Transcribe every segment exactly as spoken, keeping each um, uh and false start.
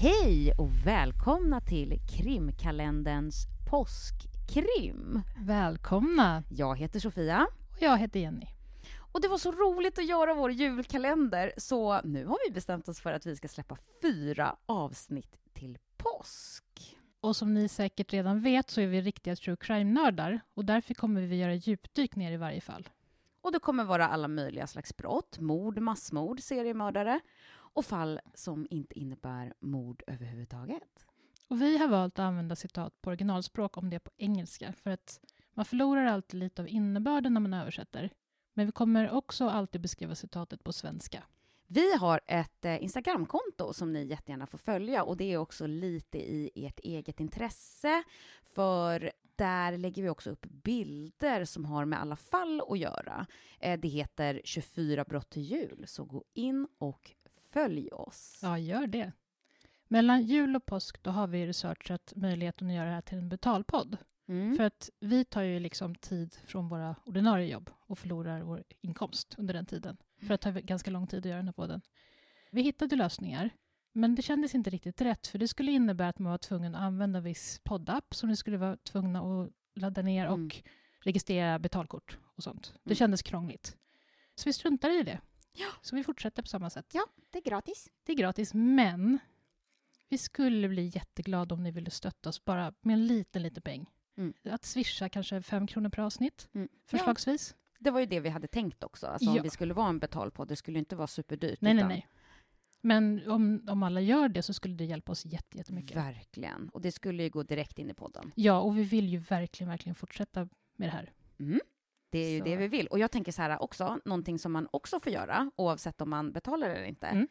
Hej och välkomna till Krimkalenderns påskkrim. Välkomna. Jag heter Sofia. Och jag heter Jenny. Och det var så roligt att göra vår julkalender, så nu har vi bestämt oss för att vi ska släppa fyra avsnitt till påsk. Och som ni säkert redan vet så är vi riktiga true crime-nördar och därför kommer vi göra djupdyk ner i varje fall. Och det kommer vara alla möjliga slags brott, mord, massmord, seriemördare och fall som inte innebär mord överhuvudtaget. Och vi har valt att använda citat på originalspråk om det på engelska för att man förlorar alltid lite av innebörden när man översätter. Men vi kommer också alltid beskriva citatet på svenska. Vi har ett eh, Instagramkonto som ni jättegärna får följa, och det är också lite i ert eget intresse, för där lägger vi också upp bilder som har med alla fall att göra. Eh, det heter tjugofyra brott till jul, så gå in och följ oss. Ja, gör det. Mellan jul och påsk då har vi researchat möjligheten att göra det här till en betalpodd. Mm. För att vi tar ju liksom tid från våra ordinarie jobb och förlorar vår inkomst under den tiden. För att det tar ganska lång tid att göra den här podden. Vi hittade lösningar, men det kändes inte riktigt rätt. För det skulle innebära att man var tvungen att använda viss poddapp som ni skulle vara tvungna att ladda ner och mm. registrera betalkort och sånt. Det mm. kändes krångligt. Så vi struntade i det. Ja. Så vi fortsätter på samma sätt. Ja, det är gratis. Det är gratis, men vi skulle bli jätteglada om ni ville stötta oss bara med en liten, liten peng. Mm. Att swisha kanske fem kronor per avsnitt, mm. förslagsvis. Ja, det var ju det vi hade tänkt också. Alltså ja. om vi skulle vara en betalpodd, det skulle inte vara superdyrt. Nej, utan... nej, nej. Men om, om alla gör det så skulle det hjälpa oss jätte, jättemycket. Verkligen. Och det skulle ju gå direkt in i podden. Ja, och vi vill ju verkligen, verkligen fortsätta med det här. Mm. Det är ju så. det vi vill. Och jag tänker så här också, någonting som man också får göra, oavsett om man betalar eller inte. Mm.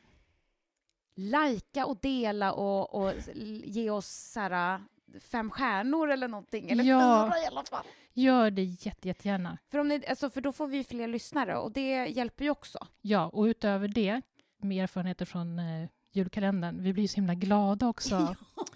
Lajka och dela och, och ge oss så här fem stjärnor eller någonting. Eller ja, fyra i alla fall. Gör det jätte, jättegärna. För, om ni, alltså, för då får vi fler lyssnare och det hjälper ju också. Ja, och utöver det, med erfarenheter från eh, julkalendern, vi blir ju så himla glada också.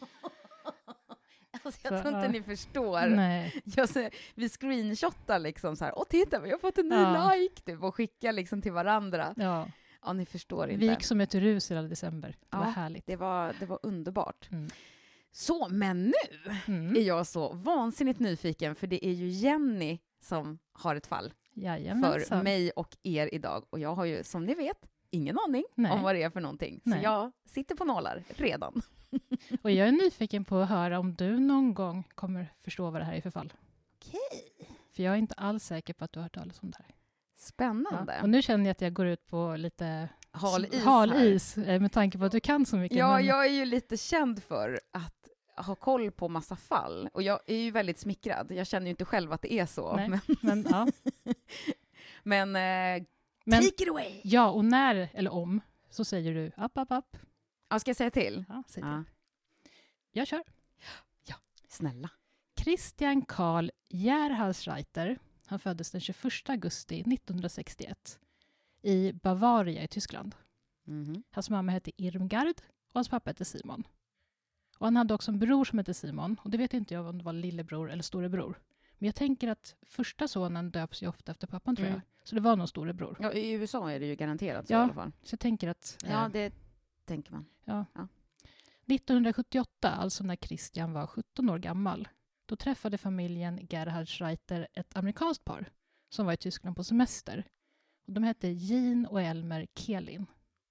Alltså, jag så, tror inte uh, ni förstår. Nej. Jag, så, vi screenshotar liksom så här, åh titta, vi har fått en ny ja. like typ, och skickar liksom till varandra. Ja. Ja, ni förstår inte. Vi gick som ett rus hela december. Det ja, var härligt. Det var, det var underbart. Mm. Så, men nu mm. är jag så vansinnigt nyfiken, för det är ju Jenny som har ett fall Jajamensan. för mig och er idag. Och jag har ju, som ni vet, ingen aning Nej. om vad det är för någonting. Så Nej. jag sitter på nålar redan. Och jag är nyfiken på att höra om du någon gång kommer förstå vad det här är för fall. Okej. För jag är inte alls säker på att du har hört talas om det här. Spännande. Ja. Och nu känner jag att jag går ut på lite hal is, hal is med tanke på att du kan så mycket. Ja, men... jag är ju lite känd för att ha koll på massa fall. Och jag är ju väldigt smickrad. Jag känner ju inte själv att det är så. Nej, men men, ja. men, eh, men take it away! Ja, och när eller om så säger du app, app, app. Ja, ska jag säga till? Ja, säg till. Ja. Jag kör. Ja, snälla. Christian Karl Gerhardsreiter, han föddes den tjugoförsta augusti nittonhundrasextioett i Bavaria i Tyskland. Mm-hmm. Hans mamma hette Irmgard och hans pappa hette Simon. Och han hade också en bror som hette Simon, och det vet inte jag om det var lillebror eller storebror. Men jag tänker att första sonen döps ju ofta efter pappan, tror mm. jag. Så det var någon storebror. Ja, i U S A är det ju garanterat så ja, i alla fall. Så jag tänker att... Ja, eh, det tänker man. Ja. Ja. nittonhundrasjuttioåtta, alltså när Christian var sjutton år gammal, då träffade familjen Gerhardsreiter ett amerikanskt par som var i Tyskland på semester. Och de hette Jean och Elmer Kehlin.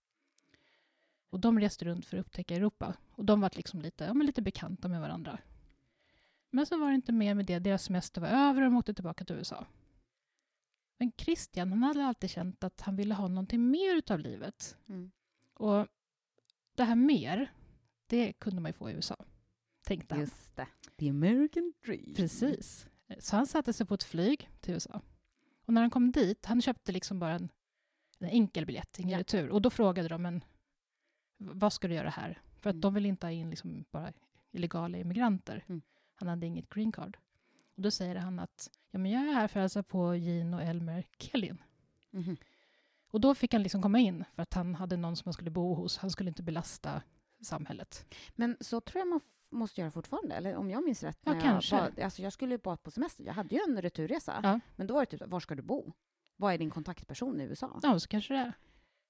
Och de reste runt för att upptäcka Europa. Och de var liksom lite, ja, men lite bekanta med varandra. Men så var det inte mer med det. Deras semester var över och de åkte tillbaka till U S A. Men Christian, han hade alltid känt att han ville ha någonting mer utav livet. Mm. Och det här mer, det kunde man ju få i U S A. Tänkte han. Just det. The American Dream. Precis. Så han satte sig på ett flyg till U S A. Och när han kom dit, han köpte liksom bara en, en enkel biljett, ingen ja. retur. Och då frågade de, men vad ska du göra här? För att mm. de vill inte ha in liksom bara illegala immigranter. Mm. Han hade inget green card. Och då säger han att ja, men jag är här för att hälsa på Jean och Elmer Kehlin. Mm. Och då fick han liksom komma in för att han hade någon som han skulle bo hos. Han skulle inte belasta samhället. Men så tror jag man f- måste göra fortfarande, eller om jag minns rätt. Ja, jag kanske. Var, alltså jag skulle ju bara på semester. Jag hade ju en returresa. Ja. Men då var det typ, var ska du bo? Vad är din kontaktperson i U S A? Ja, så kanske det är.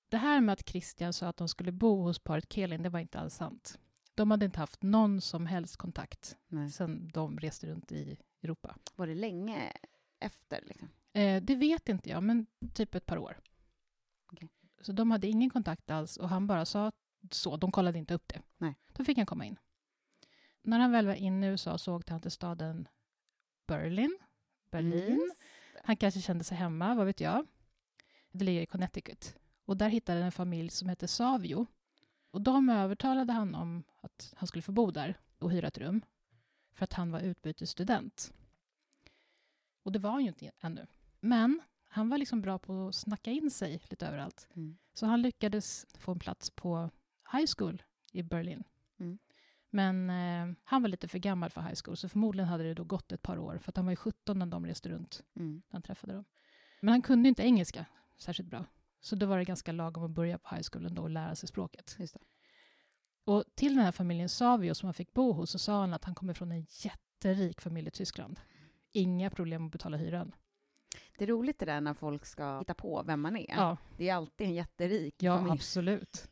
det här med att Christian sa att de skulle bo hos paret Keeling, det var inte alls sant. De hade inte haft någon som helst kontakt Nej. sedan de reste runt i Europa. Var det länge efter? Liksom? Eh, det vet inte jag, men typ ett par år. Okay. Så de hade ingen kontakt alls och han bara sa så. De kollade inte upp det. Nej. Då fick han komma in. När han väl var inne i U S A så åkte han till staden Berlin. Berlin. Mm. Han kanske kände sig hemma, vad vet jag. Det ligger i Connecticut. Och där hittade en familj som heter Savio. Och de övertalade han om att han skulle få bo där och hyra ett rum. För att han var utbytesstudent. Och det var han ju inte ännu. Men han var liksom bra på att snacka in sig lite överallt. Mm. Så han lyckades få en plats på high school i Berlin. Mm. Men eh, han var lite för gammal för high school. Så förmodligen hade det då gått ett par år. För att han var ju sjutton när de reste runt. Mm. När han träffade dem. Men han kunde inte engelska särskilt bra. Så då var det ganska lagom att börja på high school ändå och lära sig språket. Just det. Och till den här familjen Savio som han fick bo hos så sa han att han kommer från en jätterik familj i Tyskland. Inga problem att betala hyran. Det är roligt det där när folk ska hitta på vem man är. Ja, Det är alltid en jätterik ja familj. absolut.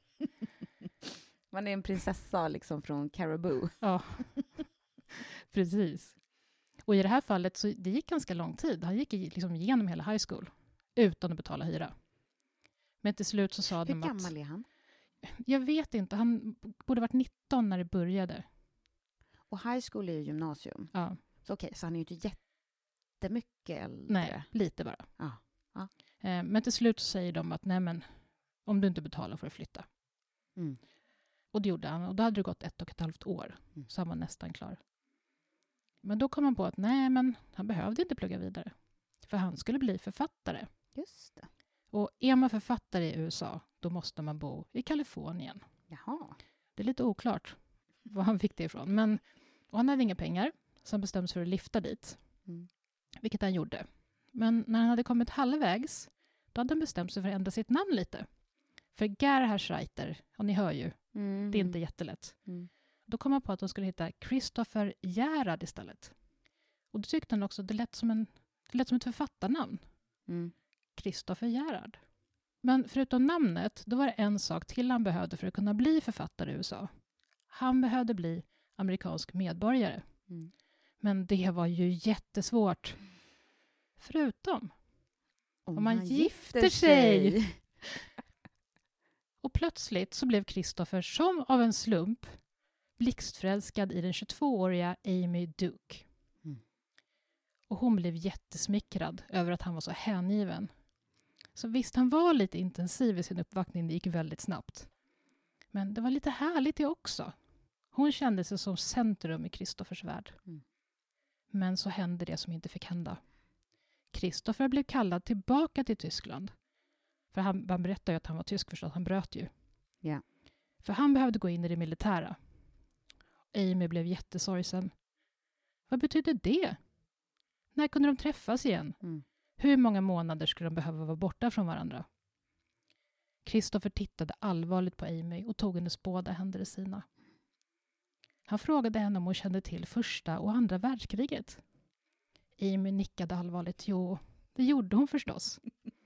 Man är en prinsessa liksom från Caribou. Ja, precis. Och i det här fallet så det gick ganska lång tid. Han gick liksom igenom hela high school utan att betala hyra. Men till slut så sa Hur de att... gammal är han? Jag vet inte, han borde varit nitton när det började. Och high school är ju gymnasium. Ja. Så okej, så han är ju inte jättemycket äldre. Nej, lite bara. Ja. Ja. Eh, men till slut så säger de att nej men, om du inte betalar får du flytta. Mm. Och det gjorde han. Och då hade det gått ett och ett halvt år. Mm. Så han var nästan klar. Men då kom han på att nej men, han behövde inte plugga vidare. För han skulle bli författare. Just det. Och är man författare i U S A, då måste man bo i Kalifornien. Jaha. Det är lite oklart var han fick det ifrån. Men, och han hade inga pengar, så han bestämde sig för att lyfta dit. Mm. Vilket han gjorde. Men när han hade kommit halvvägs, då hade han bestämt sig för att ändra sitt namn lite. För Gerhard Schreiter, och ni hör ju, Mm. det är inte jättelätt. Mm. Då kom han på att de skulle hitta Christopher Gerhard istället. Och då tyckte han också att det lät som, en, det lät som ett författarnamn. Mm. Christopher Gerhard. Men förutom namnet, då var det en sak till han behövde för att kunna bli författare i U S A. Han behövde bli amerikansk medborgare. Mm. Men det var ju jättesvårt. Förutom Om, om man han gifter sig. Och plötsligt så blev Christopher som av en slump blixtförälskad i den tjugotvååriga Amy Duke. Mm. Och hon blev jättesmickrad över att han var så hängiven. Så visst, han var lite intensiv i sin uppvaktning. Det gick väldigt snabbt. Men det var lite härligt det också. Hon kände sig som centrum i Christophers värld. Mm. Men så hände det som inte fick hända. Christopher blev kallad tillbaka till Tyskland. För han, han berättade ju att han var tysk förstås. Han bröt ju. Ja. För han behövde gå in i det militära. Amy blev jättesorgsen. Vad betyder det? När kunde de träffas igen? Mm. Hur många månader skulle de behöva vara borta från varandra? Christopher tittade allvarligt på Amy och tog hennes båda händer i sina. Han frågade henne om hon kände till första och andra världskriget. Amy nickade allvarligt. Jo, det gjorde hon förstås.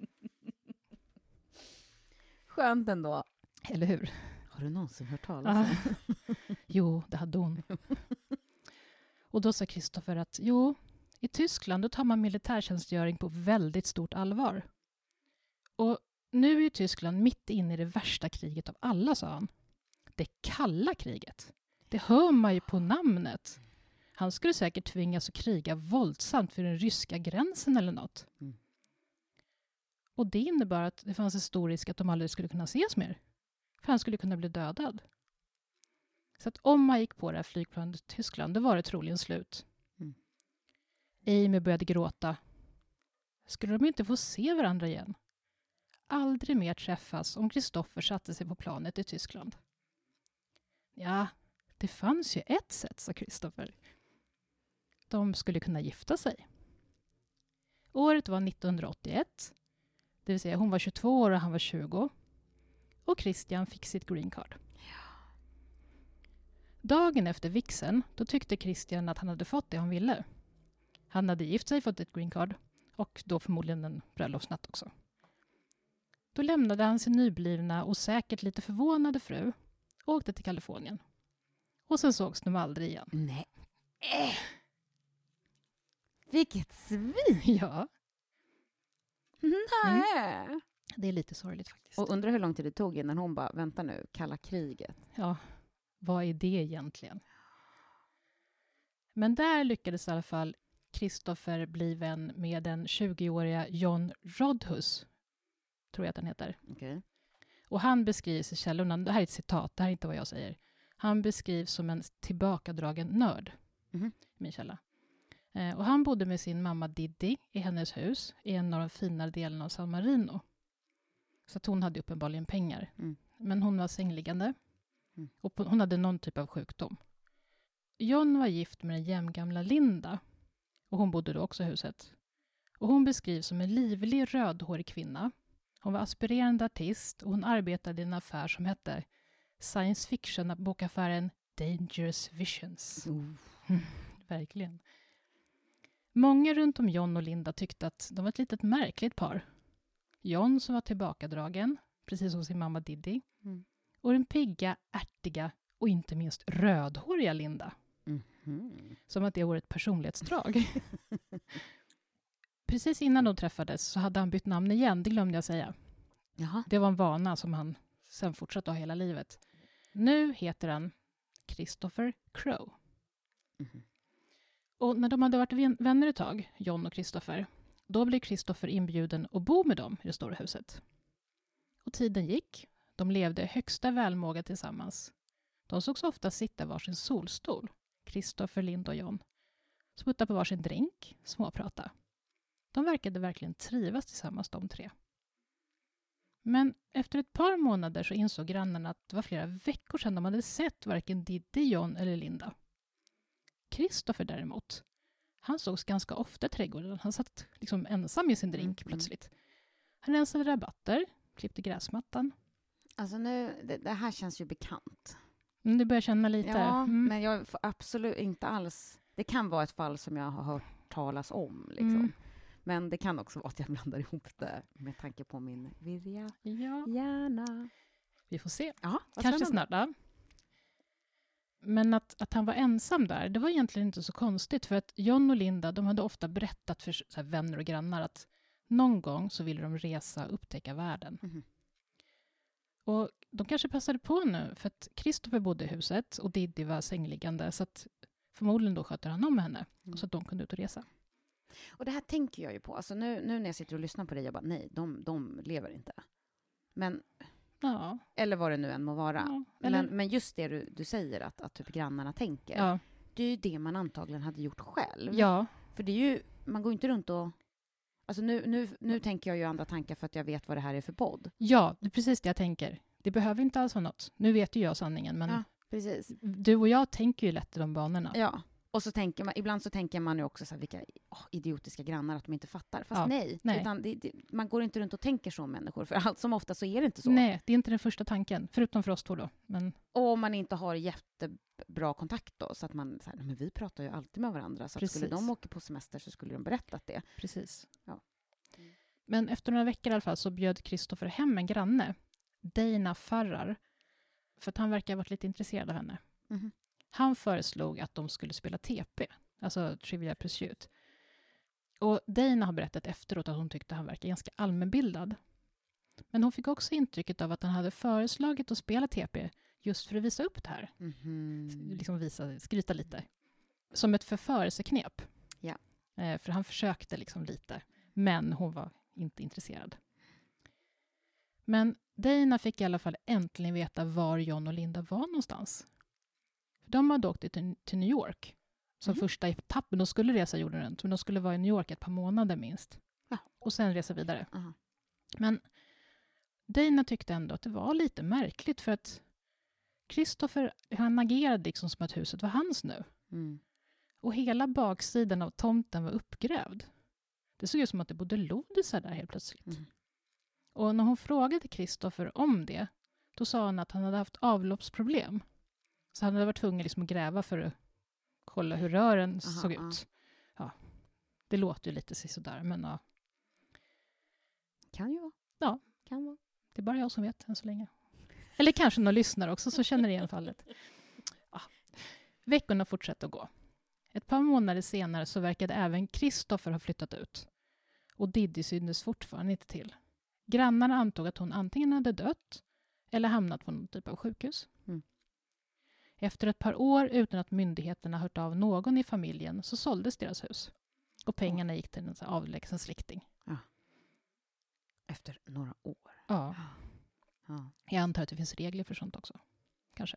Skönt ändå. Eller hur? Har du någonsin hört talas om? Jo, det hade hon. Och då sa Christopher att jo, i Tyskland då tar man militärtjänstgöring på väldigt stort allvar. Och nu är ju Tyskland mitt inne i det värsta kriget av alla, sa han. Det kalla kriget. Det hör man ju på namnet. Han skulle säkert tvingas att kriga våldsamt för den ryska gränsen eller något. Mm. Och det innebar att det fanns en stor risk att de aldrig skulle kunna ses mer. För han skulle kunna bli dödad. Så att om man gick på det här flygplanet till Tyskland, då var det troligen slut. Mm. Amy började gråta. Skulle de inte få se varandra igen? Aldrig mer träffas om Christopher satte sig på planet i Tyskland. Ja, det fanns ju ett sätt, sa Christopher. De skulle kunna gifta sig. Året var nittonhundraåttioett. Det vill säga hon var tjugotvå år och han var tjugo. Och Christian fick sitt green card. Ja. Dagen efter vigseln, då tyckte Christian att han hade fått det han ville. Han hade gift sig, fått ett green card och då förmodligen en bröllopsnatt också. Då lämnade han sin nyblivna och säkert lite förvånade fru och åkte till Kalifornien. Och sen sågs de aldrig igen. Nej. Äh. Vilket svin! Ja. Nej. Mm. Det är lite sorgligt faktiskt. Och undrar hur lång tid det tog innan hon bara, vänta nu, kalla kriget. Ja, vad är det egentligen? Men där lyckades i alla fall Christopher bli vän med den tjugoåriga John Rodhus, tror jag att han heter. Okay. Och han beskrivs i källorna, det här är ett citat, det här är inte vad jag säger. Han beskrivs som en tillbakadragen nörd, mm-hmm. i min källa. Eh, och han bodde med sin mamma Diddy i hennes hus i en av de finare delarna av San Marino. Så att hon hade uppenbarligen pengar. Mm. Men hon var sängliggande. Mm. Och på, hon hade någon typ av sjukdom. John var gift med den jämngamla Linda. Och hon bodde då också i huset. Och hon beskrivs som en livlig rödhårig kvinna. Hon var aspirerande artist och hon arbetade i en affär som hette science fiction-bokaffären Dangerous Visions. Mm. Verkligen. Många runt om John och Linda tyckte att de var ett litet märkligt par. John som var tillbakadragen, precis som sin mamma Diddy. Mm. Och den pigga, ärtiga och inte minst rödhåriga Linda. Mm-hmm. Som att det vore ett personlighetsdrag. Precis innan de träffades så hade han bytt namn igen, det glömde jag säga. Jaha. Det var en vana som han sen fortsatte ha hela livet. Nu heter han Christopher Crowe. Mm-hmm. Och när de hade varit vänner ett tag, John och Christopher, då blev Christopher inbjuden att bo med dem i det stora huset. Och tiden gick. De levde högsta välmåga tillsammans. De sågs ofta sitta varsin solstol, Christopher, Linda och John. Smutta på varsin drink, småprata. De verkade verkligen trivas tillsammans de tre. Men efter ett par månader så insåg grannarna att det var flera veckor sedan de hade sett varken Diddy, John eller Linda. Christopher däremot, han sågs ganska ofta i trädgården. Han satt liksom ensam i sin drink mm. plötsligt. Han rensade rabatter, klippte gräsmattan. Alltså nu, det, det här känns ju bekant. Mm, du börjar känna lite. Ja, mm. men jag får absolut inte alls... Det kan vara ett fall som jag har hört talas om. Liksom. Mm. Men det kan också vara att jag blandar ihop det med tanke på min virja. Ja. Gärna. Vi får se. Ja, kanske snart. Ja. Men att, att han var ensam där, det var egentligen inte så konstigt. För att John och Linda, de hade ofta berättat för så här, vänner och grannar att någon gång så ville de resa och upptäcka världen. Mm. Och de kanske passade på nu, för att Christopher bodde i huset och Diddy var sängliggande. Så att förmodligen då sköter han om henne, mm. så att de kunde ut och resa. Och det här tänker jag ju på. Alltså nu, nu när jag sitter och lyssnar på dig, jag bara, nej, de, de lever inte. Men... Ja. Eller vad det nu än må vara. Ja, eller... men, men just det du, du säger att, att typ grannarna tänker. Ja. Det är ju det man antagligen hade gjort själv. Ja. För det är ju, man går inte runt och... Alltså nu, nu, nu tänker jag ju andra tankar för att jag vet vad det här är för podd. Ja, det är precis det jag tänker. Det behöver inte alls vara något. Nu vet ju jag sanningen, men ja, precis. Du och jag tänker ju lätt i de banorna. Ja, och så tänker man, ibland så tänker man ju också så här, vilka oh, idiotiska grannar att de inte fattar. Fast ja. nej, nej. Utan det, det, man går inte runt och tänker så om människor. För allt som ofta så är det inte så. Nej, det är inte den första tanken. Förutom för oss två då. Men... Och om man inte har jättebra kontakt då. Så att man, så här, men vi pratar ju alltid med varandra. Så att skulle de åka på semester så skulle de berättat det. Precis. Ja. Mm. Men efter några veckor i alla fall så bjöd Christopher hem en granne. Dana Farrar. För att han verkar ha varit lite intresserad av henne. Mm-hmm. Han föreslog att de skulle spela T P. Alltså Trivial Pursuit. Och Dana har berättat efteråt att hon tyckte han verkar ganska allmänbildad. Men hon fick också intrycket av att han hade föreslagit att spela T P just för att visa upp det här. Mm-hmm. Liksom visa, skryta lite. Som ett förförelseknep. Ja. Eh, för han försökte liksom lite. Men hon var inte intresserad. Men Dana fick i alla fall äntligen veta var John och Linda var någonstans. De hade åkt till, till New York som mm. första etappen. De skulle resa jorden runt, men de skulle vara i New York ett par månader minst. Ja. Och sen resa vidare. Uh-huh. Men Dana tyckte ändå att det var lite märkligt för att Christopher, han agerade liksom som att huset var hans nu. Mm. Och hela baksidan av tomten var uppgrävd. Det såg ut som att det bodde lodisar där helt plötsligt. Mm. Och när hon frågade Christopher om det, då sa han att han hade haft avloppsproblem. Så han hade varit tvungen liksom att gräva för att kolla hur rören aha, såg aha. ut. Ja, det låter ju lite sådär, men ja. Kan ju vara. Ja, kan vara. Det är bara jag som vet än så länge. Eller kanske någon lyssnare också så känner igen fallet. Ja. Veckorna fortsätter att gå. Ett par månader senare så verkade även Christopher ha flyttat ut. Och Diddy syntes fortfarande inte till. Grannarna antog att hon antingen hade dött eller hamnat på någon typ av sjukhus. Mm. Efter ett par år utan att myndigheterna hört av någon i familjen så såldes deras hus. Och pengarna gick till en så här avlägsen släkting. Ja. Efter några år. Ja. Ja. Jag antar att det finns regler för sånt också. Kanske.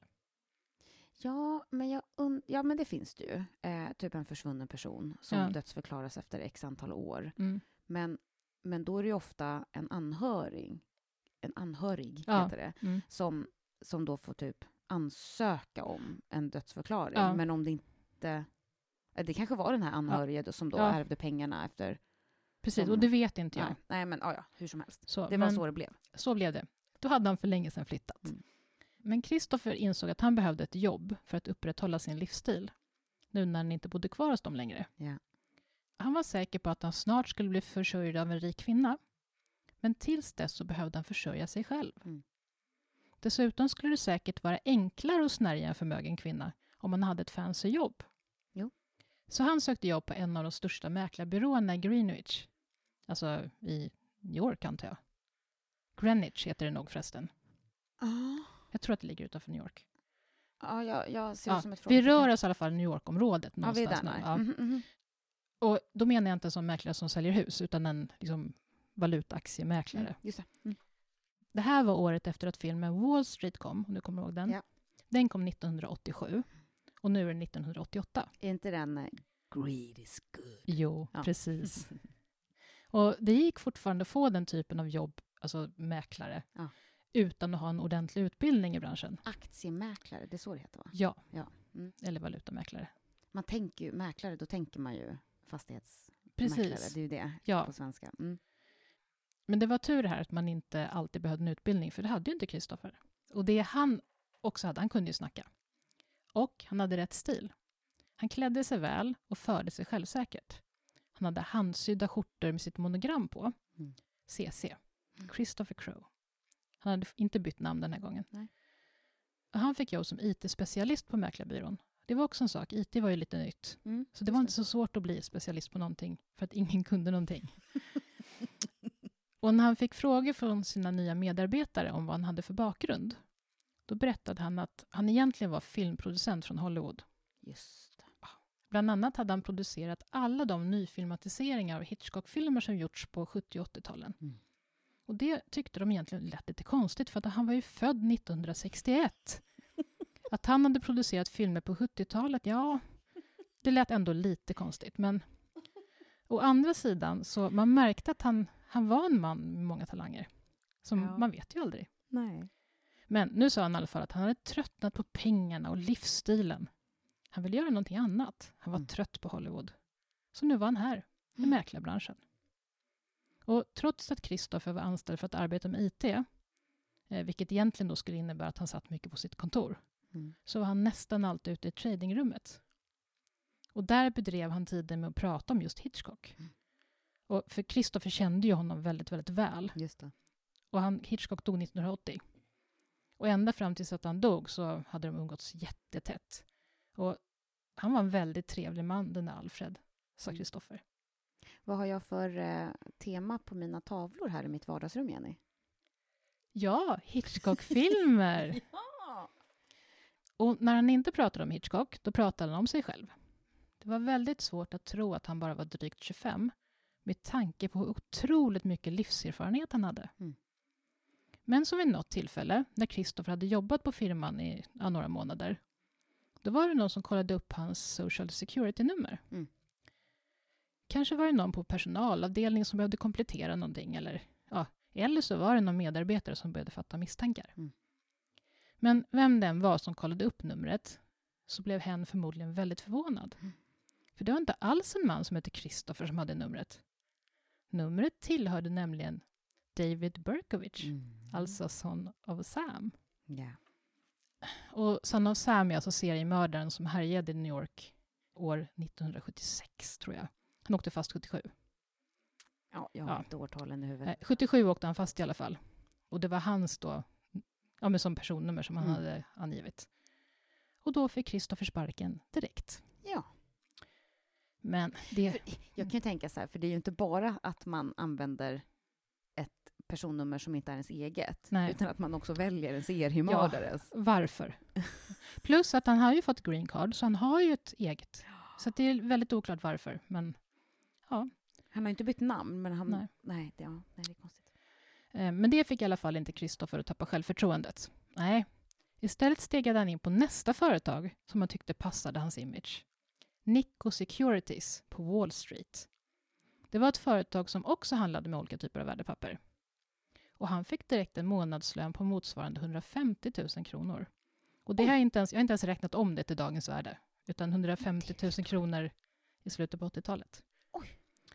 Ja, men, jag und- ja, men det finns det ju. Eh, typ en försvunnen person som Ja. dödsförklaras efter x antal år. Mm. Men, men då är det ju ofta en anhörig, en anhörig Ja. heter det, Mm. som, som då får typ ansöka om en dödsförklaring. Ja. Men om det inte... eh, Det kanske var den här anhöriga då, som då Ja. ärvde pengarna efter... Precis, Som- och det vet inte jag. Nej, nej men ja, ja, hur som helst. Så, Det var men så det blev. så blev det. Då hade han för länge sedan flyttat. Mm. Men Christopher insåg att han behövde ett jobb för att upprätthålla sin livsstil. Nu när han inte bodde kvar hos dem längre. Ja. Han var säker på att han snart skulle bli försörjd av en rik kvinna. Men tills dess så behövde han försörja sig själv. Mm. Dessutom skulle det säkert vara enklare att snärja en förmögen kvinna om man hade ett fancy jobb. Jo. Så han sökte jobb på en av de största mäklarbyråerna i Greenwich. Alltså i New York antar jag. Greenwich heter det nog förresten. Ah. Jag tror att det ligger utanför New York. Ja, jag, jag ser Ja, det som ett vi frågetecken. rör oss i alla fall i New York-området Ja, vi är någonstans där nu. nu. Ja. Mhm, mhm. Och då menar jag inte som mäklare som säljer hus utan en liksom, valutaktiemäklare. Mm, just det. Mm. Det här var året efter att filmen Wall Street kom, om du kommer ihåg den. Ja. Den kom nittonhundraåttiosju och nu är det nittonhundraåttioåtta. Är inte den eh, greed is good? Jo, Ja. precis. Och det gick fortfarande att få den typen av jobb, alltså mäklare, Ja. utan att ha en ordentlig utbildning i branschen. Aktiemäklare, det är så det heter va? Ja, Ja. Mm. eller valutamäklare. Man tänker ju, mäklare, då tänker man ju fastighetsmäklare. Precis. Det är ju det Ja. på svenska. Mm. Men det var tur det här att man inte alltid behövde en utbildning, för det hade ju inte Christopher. Och det han också hade, han kunde ju snacka. Och han hade rätt stil. Han klädde sig väl och förde sig självsäkert. Han hade handsydda skjortor med sitt monogram på. Mm. C C. Christopher Crowe. Han hade inte bytt namn den här gången. Nej. Och han fick jobb som I T-specialist på mäklarbyrån. Det var också en sak. I T var ju lite nytt. Mm. Så det var inte så svårt att bli specialist på någonting, för att ingen kunde någonting. Och när han fick frågor från sina nya medarbetare om vad han hade för bakgrund, då berättade han att han egentligen var filmproducent från Hollywood. Just det. Bland annat hade han producerat alla de nyfilmatiseringar av Hitchcock-filmer som gjorts på sjuttio- och åttio-talen. Mm. Och det tyckte de egentligen lät lite konstigt, för att han var ju född nittonhundrasextioett. Att han hade producerat filmer på sjuttio-talet, ja, det lät ändå lite konstigt. Men å andra sidan, så man märkte att han, han var en man med många talanger. Som Ja. man vet ju aldrig. Nej. Men nu sa han i alla fall att han hade tröttnat på pengarna och livsstilen. Han ville göra någonting annat. Han var Mm. trött på Hollywood. Så nu var han här, i Mm. mäklarbranschen. Och trots att Christopher var anställd för att arbeta med I T, eh, vilket egentligen då skulle innebära att han satt mycket på sitt kontor, Mm. så var han nästan alltid ute i tradingrummet. Och där bedrev han tiden med att prata om just Hitchcock. Mm. Och för Christopher kände ju honom väldigt, väldigt väl. Just det. Och han, Hitchcock dog nittonhundraåttio. Och ända fram tills att han dog så hade de umgåtts jättetätt. Och han var en väldigt trevlig man, den där Alfred, sa Mm. Christopher. Vad har jag för eh, tema på mina tavlor här i mitt vardagsrum, Jenny? Ja, Hitchcock-filmer! Ja! Och när han inte pratade om Hitchcock, då pratade han om sig själv. Det var väldigt svårt att tro att han bara var drygt tjugofem, med tanke på hur otroligt mycket livserfarenhet han hade. Mm. Men som vid något tillfälle, när Christopher hade jobbat på firman i ja, några månader, då var det någon som kollade upp hans social security-nummer. Mm. Kanske var det någon på personalavdelningen som behövde komplettera någonting, eller, ja, eller så var det någon medarbetare som började fatta misstankar. Mm. Men vem den var som kollade upp numret, så blev hen förmodligen väldigt förvånad. Mm. För det var inte alls en man som hette Christopher som hade numret. Numret tillhörde nämligen David Berkowitz, Mm. alltså Son of Sam. Ja. Och Son of Sam är alltså seriemördaren som härjade i New York år nittonhundrasjuttiosex, tror jag. Han åkte fast sjuttiosju. Ja, jag har Ja. inte årtalen i huvudet. Eh, sjuttiosju åkte han fast i alla fall. Och det var hans då, ja, men som personnummer som han Mm. hade angivit. Och då fick Christopher sparken direkt. Ja. Men det... För, jag kan ju tänka så här, för det är ju inte bara att man använder ett personnummer som inte är ens eget, Nej. utan att man också väljer en seriemördares. Ja, varför? Plus att han har ju fått green card, så han har ju ett eget. Så att det är väldigt oklart varför. Men ja. Han har inte bytt namn, men han... Nej. Nej, det, ja, nej, det är konstigt. Eh, men det fick i alla fall inte Christopher att tappa självförtroendet. Nej. Istället stegade han in på nästa företag som han tyckte passade hans image. Nikko Securities på Wall Street. Det var ett företag som också handlade med olika typer av värdepapper. Och han fick direkt en månadslön på motsvarande hundrafemtio tusen kronor. Och det har jag, inte ens, jag har inte ens räknat om det till dagens värde. Utan hundrafemtio tusen kronor i slutet på åttiotalet. Oj.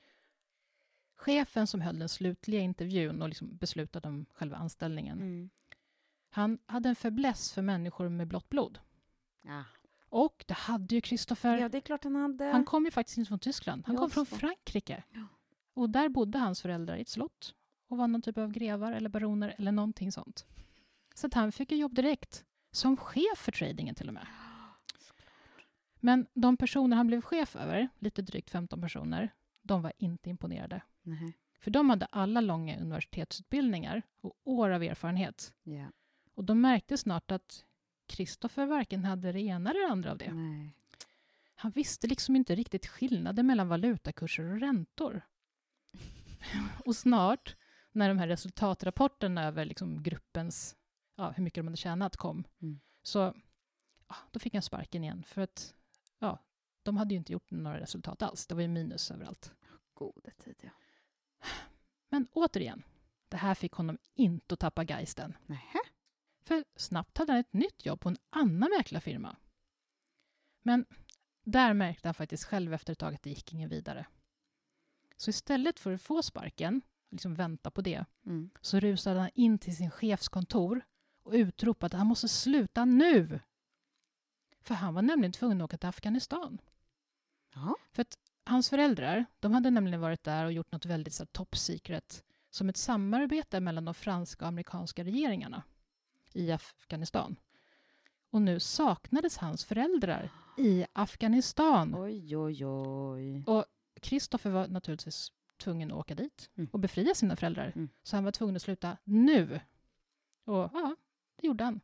Chefen som höll den slutliga intervjun och liksom beslutade om själva anställningen. Mm. Han hade en fäbless för människor med blått blod. Ja. Och det hade ju Christopher. ja, det är klart han hade... Han kom ju faktiskt inte från Tyskland. Han Ja, kom från så. Frankrike. Ja. Och där bodde hans föräldrar i ett slott. Och var någon typ av grevar eller baroner eller någonting sånt. Så att han fick ju jobb direkt. Som chef för tradingen till och med. Men de personer han blev chef över, lite drygt femton personer, de var inte imponerade. Nej. För de hade alla långa universitetsutbildningar och år av erfarenhet. Ja. Och de märkte snart att Christopher varken hade det ena eller det andra av det. Nej. Han visste liksom inte riktigt skillnaden mellan valutakurser och räntor. Och snart, när de här resultatrapporterna över liksom gruppens, ja, hur mycket de hade tjänat kom, Mm. så ja, då fick han sparken igen. För att ja, de hade ju inte gjort några resultat alls. Det var ju minus överallt. Gode tid, ja. Men återigen, det här fick honom inte att tappa geisten. Nähä. För snabbt hade han ett nytt jobb på en annan mäklarfirma. Men där märkte han faktiskt själv efter ett tag att det gick ingen vidare. Så istället för att få sparken, liksom vänta på det, Mm. så rusade han in till sin chefskontor och utropade att han måste sluta nu. För han var nämligen tvungen att åka till Afghanistan. Ja. För att hans föräldrar, de hade nämligen varit där och gjort något väldigt så här, top secret, som ett samarbete mellan de franska och amerikanska regeringarna i Afghanistan. Och nu saknades hans föräldrar i Afghanistan. Oj, oj, oj. Och Christopher var naturligtvis tvungen att åka dit Mm. och befria sina föräldrar. Mm. Så han var tvungen att sluta nu. Och ja, det gjorde han.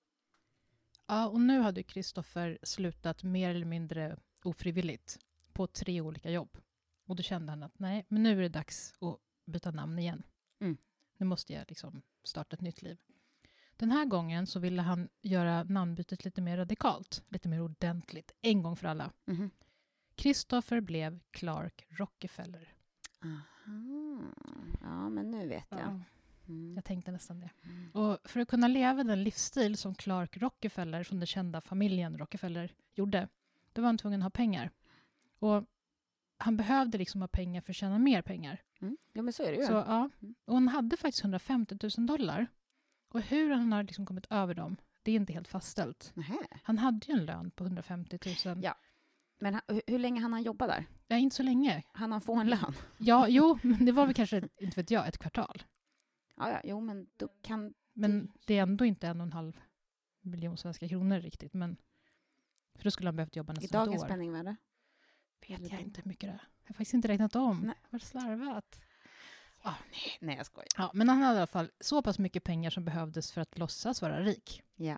Ja, och nu hade Christopher slutat mer eller mindre ofrivilligt på tre olika jobb. Och då kände han att nej, men nu är det dags att byta namn igen. Mm. Nu måste jag liksom starta ett nytt liv. Den här gången så ville han göra namnbytet lite mer radikalt, lite mer ordentligt, en gång för alla. Mhm. Christopher blev Clark Rockefeller. Aha. Ja, men nu vet jag. Ja, Mm. jag tänkte nästan det. Mm. Och för att kunna leva den livsstil som Clark Rockefeller, som den kända familjen Rockefeller, gjorde, då var han tvungen att ha pengar. Och han behövde liksom ha pengar för att tjäna mer pengar. Mm. Ja, men så är det ju. Så, ja. Mm. Och han hade faktiskt hundrafemtio tusen dollar. Och hur han har liksom kommit över dem, det är inte helt fastställt. Nähä. Han hade ju en lön på hundrafemtio tusen. Ja. Men han, hur, hur länge hann han jobba där? Ja, inte så länge. Han han få en lön? Ja, jo, men det var väl kanske, inte vet jag, ett kvartal. Ja, ja, jo, men då kan... Men det är ändå inte en och en halv miljon svenska kronor riktigt. Men, för då skulle han behövt jobba I nästan ett dagens år. penningvärde? Vet jag inte hur mycket det är. Jag har faktiskt inte räknat om. Nej. Vad slarvat. Ah, nej, nej, jag skojar. Ja, men han hade i alla fall så pass mycket pengar som behövdes för att låtsas vara rik. Ja.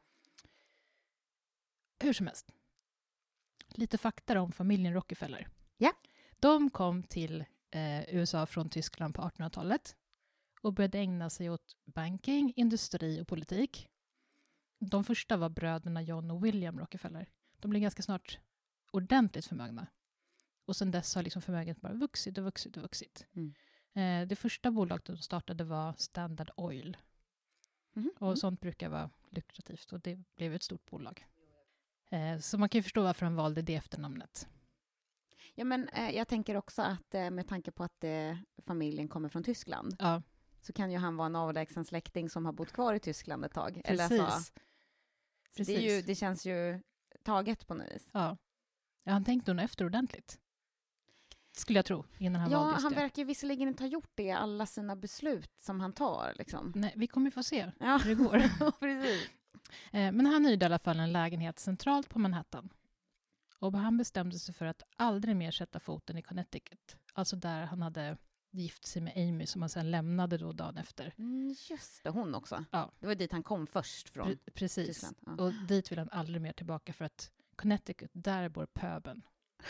Hur som helst. Lite fakta om familjen Rockefeller. Ja. De kom till eh, U S A från Tyskland på artonhundratalet och började ägna sig åt banking, industri och politik. De första var bröderna John och William Rockefeller. De blev ganska snart ordentligt förmögna. Och sedan dess har liksom förmögenheten bara vuxit och vuxit och vuxit. Mm. Eh, det första bolaget de startade var Standard Oil. Mhm. Och sånt brukar vara lukrativt och det blev ett stort bolag. Eh, så man kan ju förstå varför han valde det efternamnet. Ja, men eh, jag tänker också att eh, med tanke på att eh, familjen kommer från Tyskland Ja, så kan ju han vara en avlägsen släkting som har bott kvar i Tyskland ett tag. precis. Eller så. Så precis. det, är ju, det känns ju taget på något vis. Ja. Ja, han tänkte nog efter ordentligt. skulle jag tro, innan han ja, valde just han det. verkar ju visserligen inte ha gjort det, alla sina beslut som han tar. Liksom. Nej, vi kommer ju få se Ja. hur det går. Precis. Eh, Men han hyrde i alla fall en lägenhet centralt på Manhattan. Och han bestämde sig för att aldrig mer sätta foten i Connecticut. Alltså där han hade gift sig med Amy som han sen lämnade då dagen efter. Mm, just det, hon också. Ja. Det var dit han kom först från. Pre- precis. Tyskland. Ja. Och dit vill han aldrig mer tillbaka för att Connecticut, där bor pöben.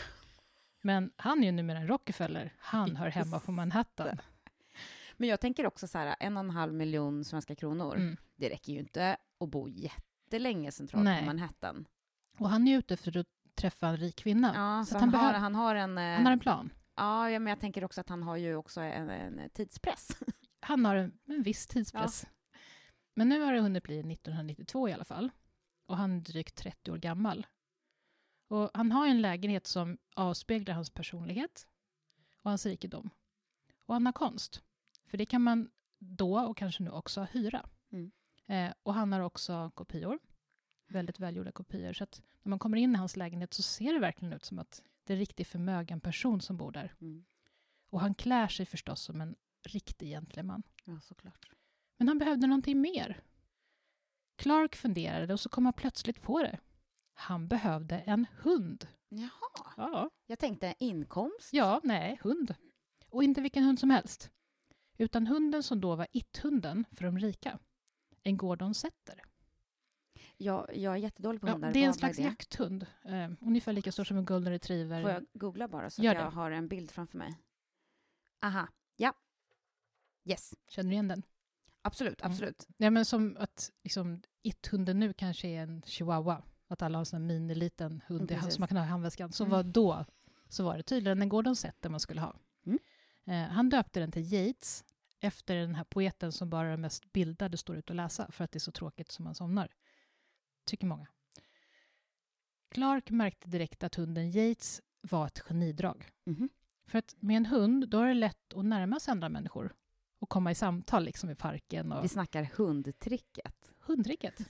Men han är ju numera en Rockefeller. Han hör hemma på Manhattan. Men jag tänker också så här, en och en halv miljon svenska kronor. Mm. Det räcker ju inte att bo jättelänge centralt Nej. på Manhattan. Och han är ute för att träffa en rik kvinna. Ja, så så att han, han, har, behöver, han har en... eh, han har en plan. Ja, ja, men jag tänker också att han har ju också en, en tidspress. Han har en, en viss tidspress. Men nu har det hunnit bli nittonhundranittiotvå i alla fall. Och han är drygt trettio år gammal. Och han har en lägenhet som avspeglar hans personlighet och hans rikedom. Och han har konst. För det kan man då och kanske nu också hyra. Mm. Eh, och han har också kopior. Väldigt välgjorda kopior. Så att när man kommer in i hans lägenhet så ser det verkligen ut som att det är en riktigt förmögen person som bor där. Mm. Och han klär sig förstås som en riktig gentleman. Ja, såklart. Men han behövde någonting mer. Clark funderade och så kom han plötsligt på det. Han behövde en hund. Jaha, Ja, jag tänkte inkomst. ja nej, hund. Och inte vilken hund som helst. Utan hunden som då var it-hunden för de rika. En Gordon Setter. Jag, jag är jättedålig på Ja, hundar. det är en Vad- vad slags det? jakthund. Eh, ungefär lika stor som en golden retriever. Får jag googla bara så Gör att jag det. har en bild framför mig? Aha, ja. Yes, Känner du igen den? absolut, Mm. absolut. Ja, men som att liksom, it-hunden nu kanske är en chihuahua. Att alla har en sån här mini-liten hund Mm, i- som man kan ha i handväskan. Så Mm. var då så var det tydligen en Gordon Setter man skulle ha. Mm. Eh, han döpte den till Yates efter den här poeten som bara den mest bildade står ut att läsa för att det är så tråkigt som man somnar. Tycker många. Clark märkte direkt att hunden Yates var ett genidrag. Mhm. För att med en hund då är det lätt att närma sig andra människor och komma i samtal liksom i parken. Och Vi snackar hundtricket. hundriket.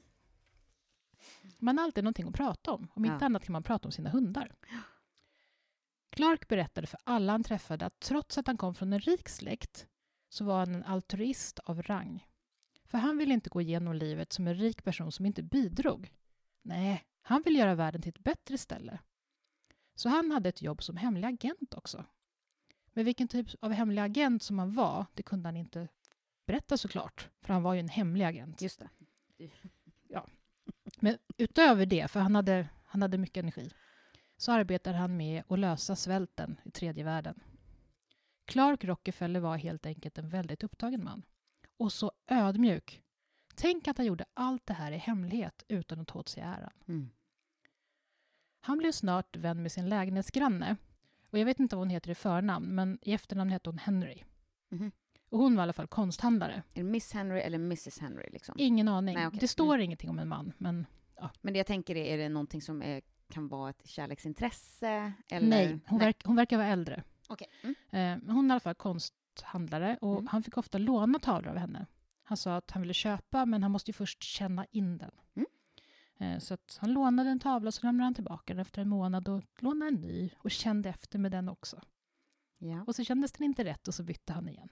Man har alltid någonting att prata om. Om inte Ja. annat kan man prata om sina hundar. Clark berättade för alla han träffade att trots att han kom från en rik släkt så var han en altruist av rang. För han ville inte gå igenom livet som en rik person som inte bidrog. Nej, han ville göra världen till ett bättre ställe. Så han hade ett jobb som hemlig agent också. Men vilken typ av hemlig agent som han var, det kunde han inte berätta såklart. För han var ju en hemlig agent. Just det. Men utöver det, för han hade, han hade mycket energi, så arbetade han med att lösa svälten i tredje världen. Clark Rockefeller var helt enkelt en väldigt upptagen man. Och så ödmjuk. Tänk att han gjorde allt det här i hemlighet utan att ta åt sig äran. Mm. Han blev snart vän med sin lägenhetsgranne. Och jag vet inte vad hon heter i förnamn, men i efternamn hette hon Henry. Mhm. Och hon var i alla fall konsthandlare. Är det Miss Henry eller missus Henry? Liksom? Ingen aning. Nej, okej. Det står ingenting om en man, men Men det jag tänker är, är det någonting som är, kan vara ett kärleksintresse? Eller? nej, hon, Nej. Verk, hon verkar vara äldre. Okej. Mm. Eh, men hon är i alla fall konsthandlare och Mm. han fick ofta låna tavlor av henne. Han sa att han ville köpa, men han måste ju först känna in den. Mm. Eh, så att han lånade en tavla och så lämnade han tillbaka den efter en månad och lånade en ny och kände efter med den också. Ja. Och så kändes den inte rätt och så bytte han igen.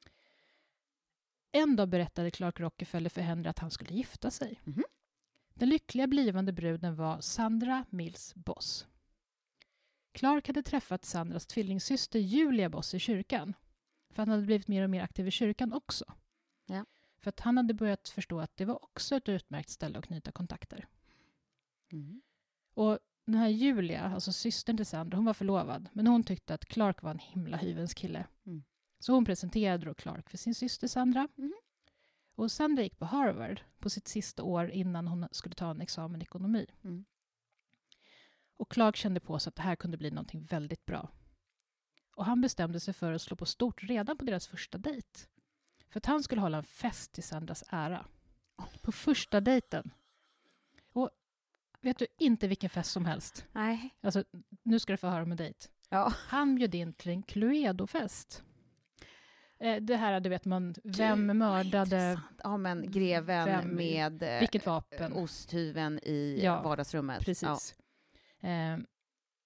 En dag berättade Clark Rockefeller för Henry att han skulle gifta sig. Mhm. Den lyckliga blivande bruden var Sandra Mills Boss. Clark hade träffat Sandras tvillingsyster Julia Boss i kyrkan. För han hade blivit mer och mer aktiv i kyrkan också. Ja. För att han hade börjat förstå att det var också ett utmärkt ställe att knyta kontakter. Mm. Och den här Julia, alltså systern till Sandra, hon var förlovad. Men hon tyckte att Clark var en himla hyvens kille. Mm. Så hon presenterade då Clark för sin syster Sandra. Mhm. Och Sandra gick på Harvard på sitt sista år innan hon skulle ta en examen i ekonomi. Mm. Och Clark kände på sig att det här kunde bli någonting väldigt bra. Och han bestämde sig för att slå på stort redan på deras första dejt. För att han skulle hålla en fest till Sandras ära. På första dejten. Och vet du, inte vilken fest som helst. Nej. Alltså, nu ska du få höra om en dejt. Ja. Han bjöd in till en Cluedo-fest. Eh, det här, du vet man, vem Gud, vad mördade, intressant. Ja, men greven Vem- med eh, vilket vapen. osthyveln i Ja, vardagsrummet. Precis. Eh,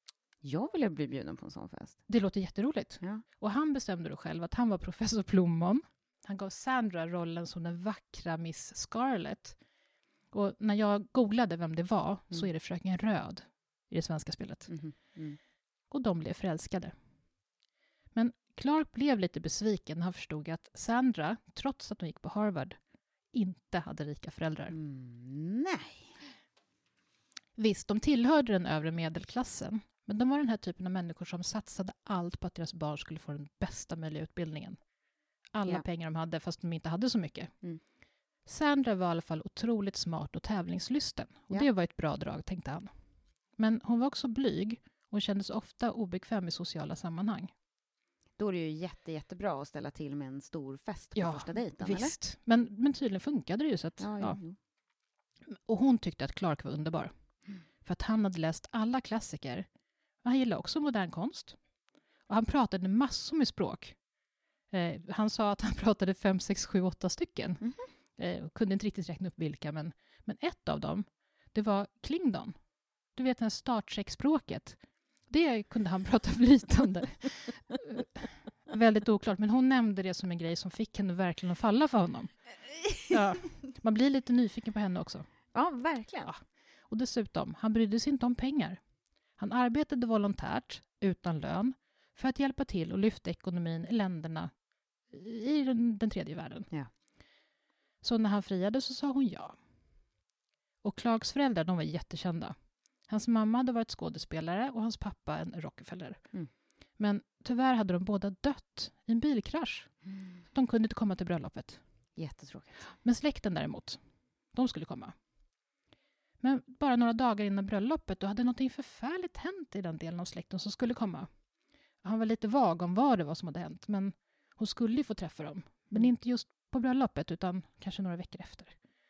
Jag ville bli bjuden på en sån fest. Det låter jätteroligt. Ja. Och han bestämde då själv att han var professor Plommon. Han gav Sandra rollen som den vackra Miss Scarlett. Och när jag googlade vem det var mm. så är det Fröken Röd i det svenska spelet. Mm. Mm. Och de blev förälskade. Men Clark blev lite besviken när han förstod att Sandra, trots att hon gick på Harvard, inte hade rika föräldrar. Mm. Nej. Visst, de tillhörde den övre medelklassen. Men de var den här typen av människor som satsade allt på att deras barn skulle få den bästa möjliga utbildningen. Alla ja. pengar de hade, fast de inte hade så mycket. Mm. Sandra var i alla fall otroligt smart och tävlingslysten. Och ja. det var ett bra drag, tänkte han. Men hon var också blyg och kändes ofta obekväm i sociala sammanhang. Då är det ju jätte, jättebra att ställa till med en stor fest på ja, första dejten, visst. Men, men tydligen funkade det ju så att, ja, ja. Ja. Och hon tyckte att Clark var underbar. Mm. För att han hade läst alla klassiker. Han gillade också modern konst. Och han pratade massor med språk. Eh, han sa att han pratade fem, sex, sju, åtta stycken. Mm. Eh, kunde inte riktigt räkna upp vilka. Men, men ett av dem, det var Klingon. Du vet, den här Star Trek-språket. Det kunde han prata flytande. Väldigt oklart. Men hon nämnde det som en grej som fick henne verkligen att falla för honom. Ja, man blir lite nyfiken på henne också. Ja, verkligen. Ja. Och dessutom, han brydde sig inte om pengar. Han arbetade volontärt, utan lön, för att hjälpa till och lyfta ekonomin i länderna i den, den tredje världen. Ja. Så när han friade så sa hon ja. Och Clarks föräldrar, de var jättekända. Hans mamma hade varit skådespelare och hans pappa en Rockefeller. Mm. Men tyvärr hade de båda dött i en bilkrasch. Mm. De kunde inte komma till bröllopet. Jättetråkigt. Men släkten däremot, de skulle komma. Men bara några dagar innan bröllopet då hade något förfärligt hänt i den delen av släkten som skulle komma. Han var lite vag om vad det var som hade hänt, men hon skulle ju få träffa dem. Men inte just på bröllopet utan kanske några veckor efter.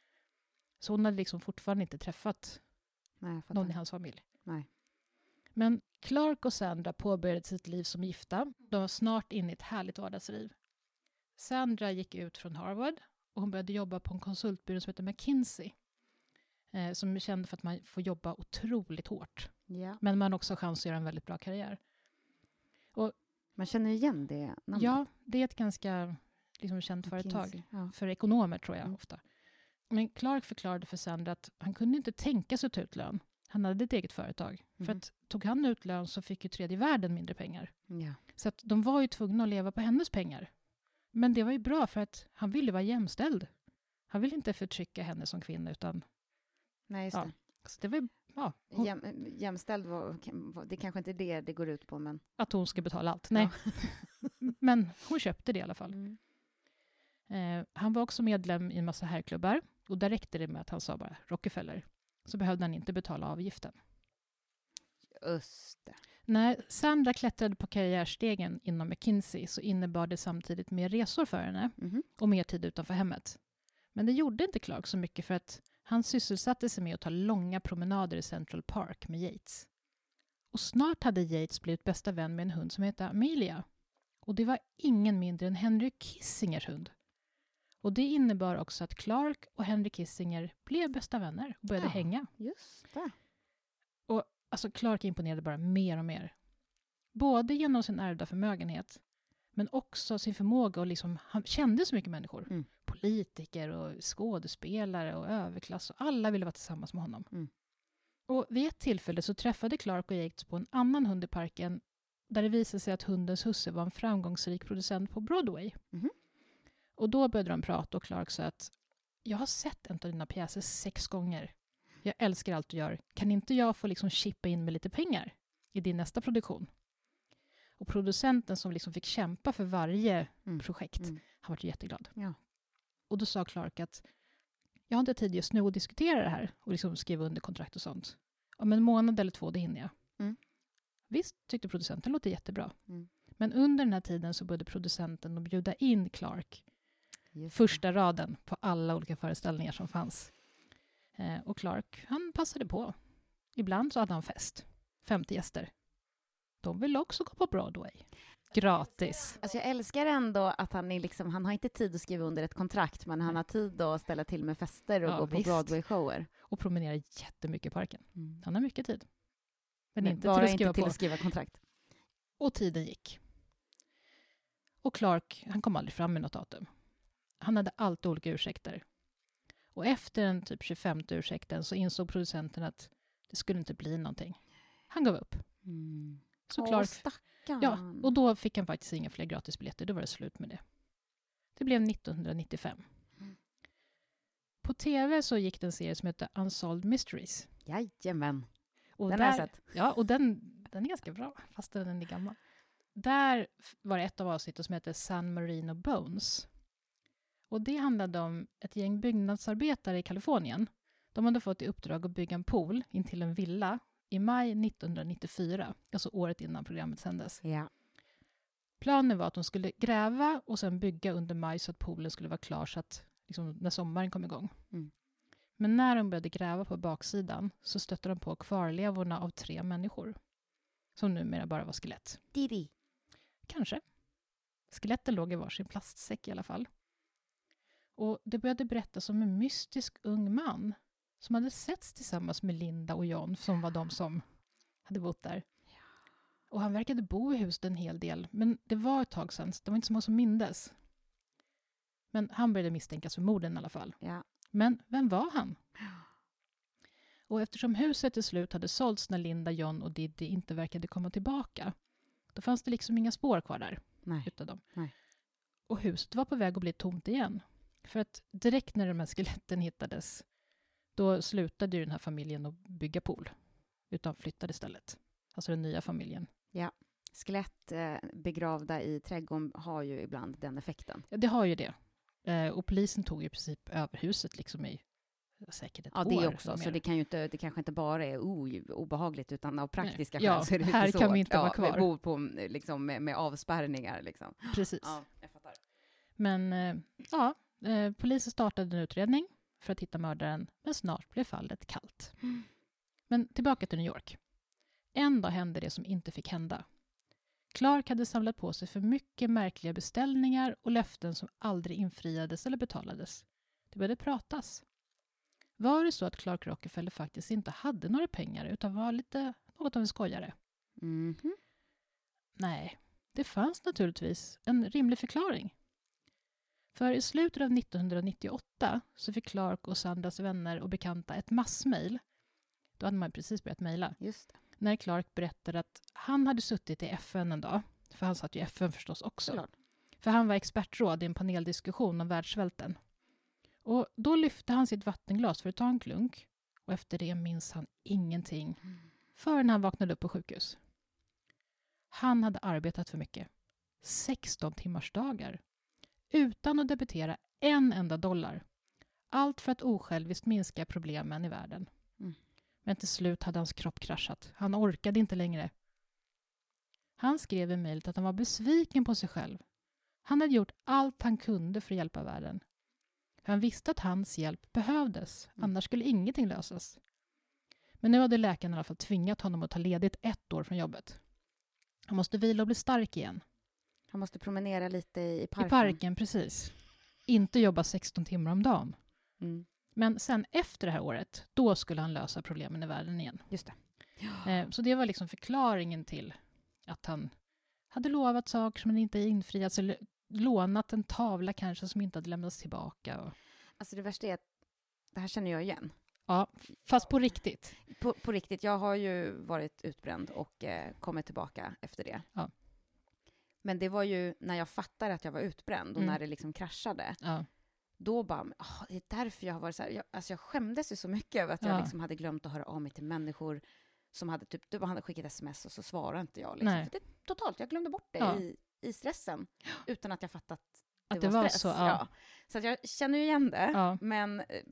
Så hon hade liksom fortfarande inte träffat Nej, någon i hans familj. Nej. Men Clark och Sandra påbörjade sitt liv som gifta. De var snart inne i ett härligt vardagsliv. Sandra gick ut från Harvard och hon började jobba på en konsultbyrå som heter McKinsey. Eh, som är känd för att man får jobba otroligt hårt. Ja. Men man har också chans att göra en väldigt bra karriär. Och, man känner igen det namnet. Ja, det är ett ganska liksom, känt McKinsey, företag. Ja. För ekonomer tror jag mm. ofta. Men Clark förklarade för Sandra att han kunde inte tänka sig att ta ut lön. Han hade ett eget företag. Mm. För att tog han ut lön så fick ju tredje världen mindre pengar. Ja. Så att de var ju tvungna att leva på hennes pengar. Men det var ju bra för att han ville vara jämställd. Han ville inte förtrycka henne som kvinna utan... Nej, just ja. det. Så det var, ja, hon... Jäm, jämställd, var, det kanske inte är det det går ut på, men... Att hon ska betala allt, nej. Ja. Men hon köpte det i alla fall. Mm. Eh, han var också medlem i en massa herrklubbar. Och där räckte det med att han sa bara Rockefeller. Så behövde han inte betala avgiften. Just det. När Sandra klättrade på karriärstegen inom McKinsey så innebar det samtidigt mer resor för henne. Mm. Och mer tid utanför hemmet. Men det gjorde inte Clark så mycket för att han sysselsatte sig med att ta långa promenader i Central Park med Yates. Och snart hade Yates blivit bästa vän med en hund som heter Amelia. Och det var ingen mindre än Henry Kissingers hund. Och det innebar också att Clark och Henry Kissinger blev bästa vänner och började ja, hänga. Just det. Och alltså Clark imponerade bara mer och mer. Både genom sin ärvda förmögenhet men också sin förmåga och liksom, han kände så mycket människor. Mm. Politiker och skådespelare och överklass och alla ville vara tillsammans med honom. Mm. Och vid ett tillfälle så träffade Clark och Yates på en annan hund i parken där det visade sig att hundens husse var en framgångsrik producent på Broadway. Mm. Och då började de prata och Clark sa att jag har sett en av dina pjäser sex gånger. Jag älskar allt du gör. Kan inte jag få liksom chippa in med lite pengar i din nästa produktion? Och producenten som liksom fick kämpa för varje mm. projekt mm. har varit jätteglad. Ja. Och då sa Clark att jag har inte tid just nu att diskutera det här och liksom skriva under kontrakt och sånt. Om en månad eller två, det hinner jag. Mm. Visst tyckte producenten låter jättebra. Mm. Men under den här tiden så började producenten att bjuda in Clark Just första det. raden på alla olika föreställningar som fanns. Eh, och Clark, han passade på. Ibland så hade han fest. femtio gäster. De ville också gå på Broadway. Gratis. Alltså jag älskar ändå att han är liksom, han har inte tid att skriva under ett kontrakt, men han har tid att ställa till med fester och ja, gå på visst. Broadway-shower. Och promenera jättemycket i parken. Mm. Han har mycket tid. Men, Men inte bara till att skriva inte till på. att skriva kontrakt. Och tiden gick. Och Clark, han kom aldrig fram med något datum. Han hade alltid olika ursäkter. Och efter den typ tjugofemte ursäkten så insåg producenten att det skulle inte bli någonting. Han gav upp. Mm. Så Åh, Clark, stackarn. ja, och då fick han faktiskt inga fler gratisbiljetter. Då var det slut med det. Det blev nittonhundranittiofem. Mm. På tv så gick det en serie som heter Unsolved Mysteries. Jajamän. Och Den där, har jag sett. Ja, och den, den är ganska bra, fast den är gammal. Där var det ett av avsnitten som heter San Marino Bones. Och det handlade om ett gäng byggnadsarbetare i Kalifornien. De hade fått i uppdrag att bygga en pool in till en villa i maj nittonhundranittiofyra, alltså året innan programmet sändes. Ja. Planen var att de skulle gräva och sen bygga under maj så att poolen skulle vara klar så att, liksom, när sommaren kom igång. Mm. Men när de började gräva på baksidan så stötte de på kvarlevorna av tre människor. Som numera bara var skelett. Didi. Kanske. Skeletten låg i varsin plastsäck i alla fall. Och det började berättas om en mystisk ung man som hade setts tillsammans med Linda och John som var de som hade bott där. Och han verkade bo i huset en hel del, men det var ett tag sedan, det var inte så många som mindes. Men han började misstänkas för morden i alla fall. Ja. Men vem var han? Och eftersom huset till slut hade sålts när Linda, John och Diddy inte verkade komma tillbaka, då fanns det liksom inga spår kvar där. Nej. Utav dem. Nej. Och huset var på väg att bli tomt igen. För att direkt när de här skeletten hittades, då slutade ju den här familjen att bygga pool. Utan flyttade istället. Alltså den nya familjen. Ja. Skelett eh, begravda i trädgården har ju ibland den effekten. Ja, det har ju det. Eh, och polisen tog ju i princip över huset liksom i säkert ett Ja, år. det också. Så mer. det, kan ju inte, det kanske inte bara är o- obehagligt, utan av praktiska Nej. Ja, skäl så är det här inte kan så. vi inte ja, vara kvar. Vi bor på, liksom, med, med avspärrningar. Liksom. Precis. Ja, jag fattar. Men eh, ja, eh, polisen startade en utredning för att hitta mördaren, men snart blev fallet kallt. Mm. Men tillbaka till New York. En dag hände det som inte fick hända. Clark hade samlat på sig för mycket märkliga beställningar och löften som aldrig infriades eller betalades. Det började pratas. Var det så att Clark Rockefeller faktiskt inte hade några pengar utan var lite något av en skojare? Mm-hmm. Nej, det fanns naturligtvis en rimlig förklaring. För i slutet av nittonhundranittioåtta så fick Clark och Sandras vänner och bekanta ett massmail. Då hade man precis börjat mejla. Just det. När Clark berättade att han hade suttit i F N en dag. För han satt ju i F N förstås också. Såklart. För han var expertråd i en paneldiskussion om världssvälten. Och då lyfte han sitt vattenglas för att ta en klunk. Och efter det minns han ingenting. Förrän han vaknade upp på sjukhus. Han hade arbetat för mycket. sexton timmars dagar. Utan att debitera en enda dollar. Allt för att osjälviskt minska problemen i världen. Mm. Men till slut hade hans kropp kraschat. Han orkade inte längre. Han skrev i mejlet att han var besviken på sig själv. Han hade gjort allt han kunde för att hjälpa världen. Han visste att hans hjälp behövdes. Mm. Annars skulle ingenting lösas. Men nu hade läkaren i alla fall tvingat honom att ta ledigt ett år från jobbet. Han måste vila och bli stark igen. Han måste promenera lite i parken. I parken, precis. Inte jobba sexton timmar om dagen. Mm. Men sen efter det här året, då skulle han lösa problemen i världen igen. Just det. Eh, så det var liksom förklaringen till att han hade lovat saker som inte infriats. Eller lånat en tavla kanske som inte hade lämnats tillbaka. Och... Alltså det värsta är att det här känner jag igen. Ja, fast på riktigt. På, på riktigt, jag har ju varit utbränd och eh, kommit tillbaka efter det. Ja. Men det var ju när jag fattade att jag var utbränd och Mm. när det liksom kraschade. Ja. Då bara, oh, det är därför jag har varit så här. Jag, alltså jag skämdes ju så mycket över att jag Ja. liksom hade glömt att höra av mig till människor som hade typ, de hade skickat sms och så svarade inte jag. Liksom. Nej. För det, totalt, jag glömde bort det Ja. i, i stressen utan att jag fattat Att det det var var stress. så, ja. Ja. Så att jag känner ju igen det, Ja. men eh,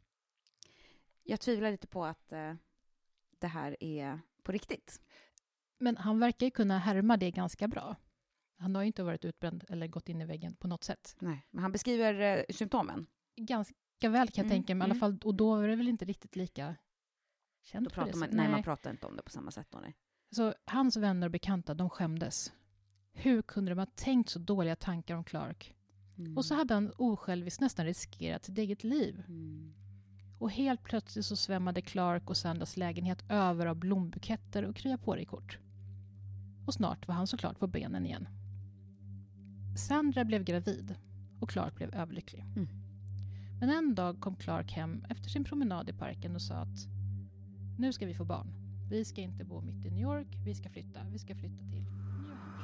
jag tvivlar lite på att eh, det här är på riktigt. Men han verkar ju kunna härma det ganska bra. Han har ju inte varit utbränd eller gått in i väggen på något sätt. Nej, men han beskriver eh, symptomen. Ganska väl kan jag Mm, tänka mig. I alla mm. fall, och då var det väl inte riktigt lika känt Då på pratar det man, sättet. nej, man pratar inte om det på samma sätt då, nej. Så hans vänner och bekanta, de skämdes. Hur kunde de ha tänkt så dåliga tankar om Clark? Mm. Och så hade han osjälviskt nästan riskerat sitt eget liv. Mm. Och helt plötsligt så svämmade Clark och Sandras lägenhet över av blombuketter och krya på dig kort. Och snart var han såklart på benen igen. Sandra blev gravid och Clark blev överlycklig. Mm. Men en dag kom Clark hem efter sin promenad i parken och sa att nu ska vi få barn. Vi ska inte bo mitt i New York, vi ska flytta. Vi ska flytta till New Hampshire.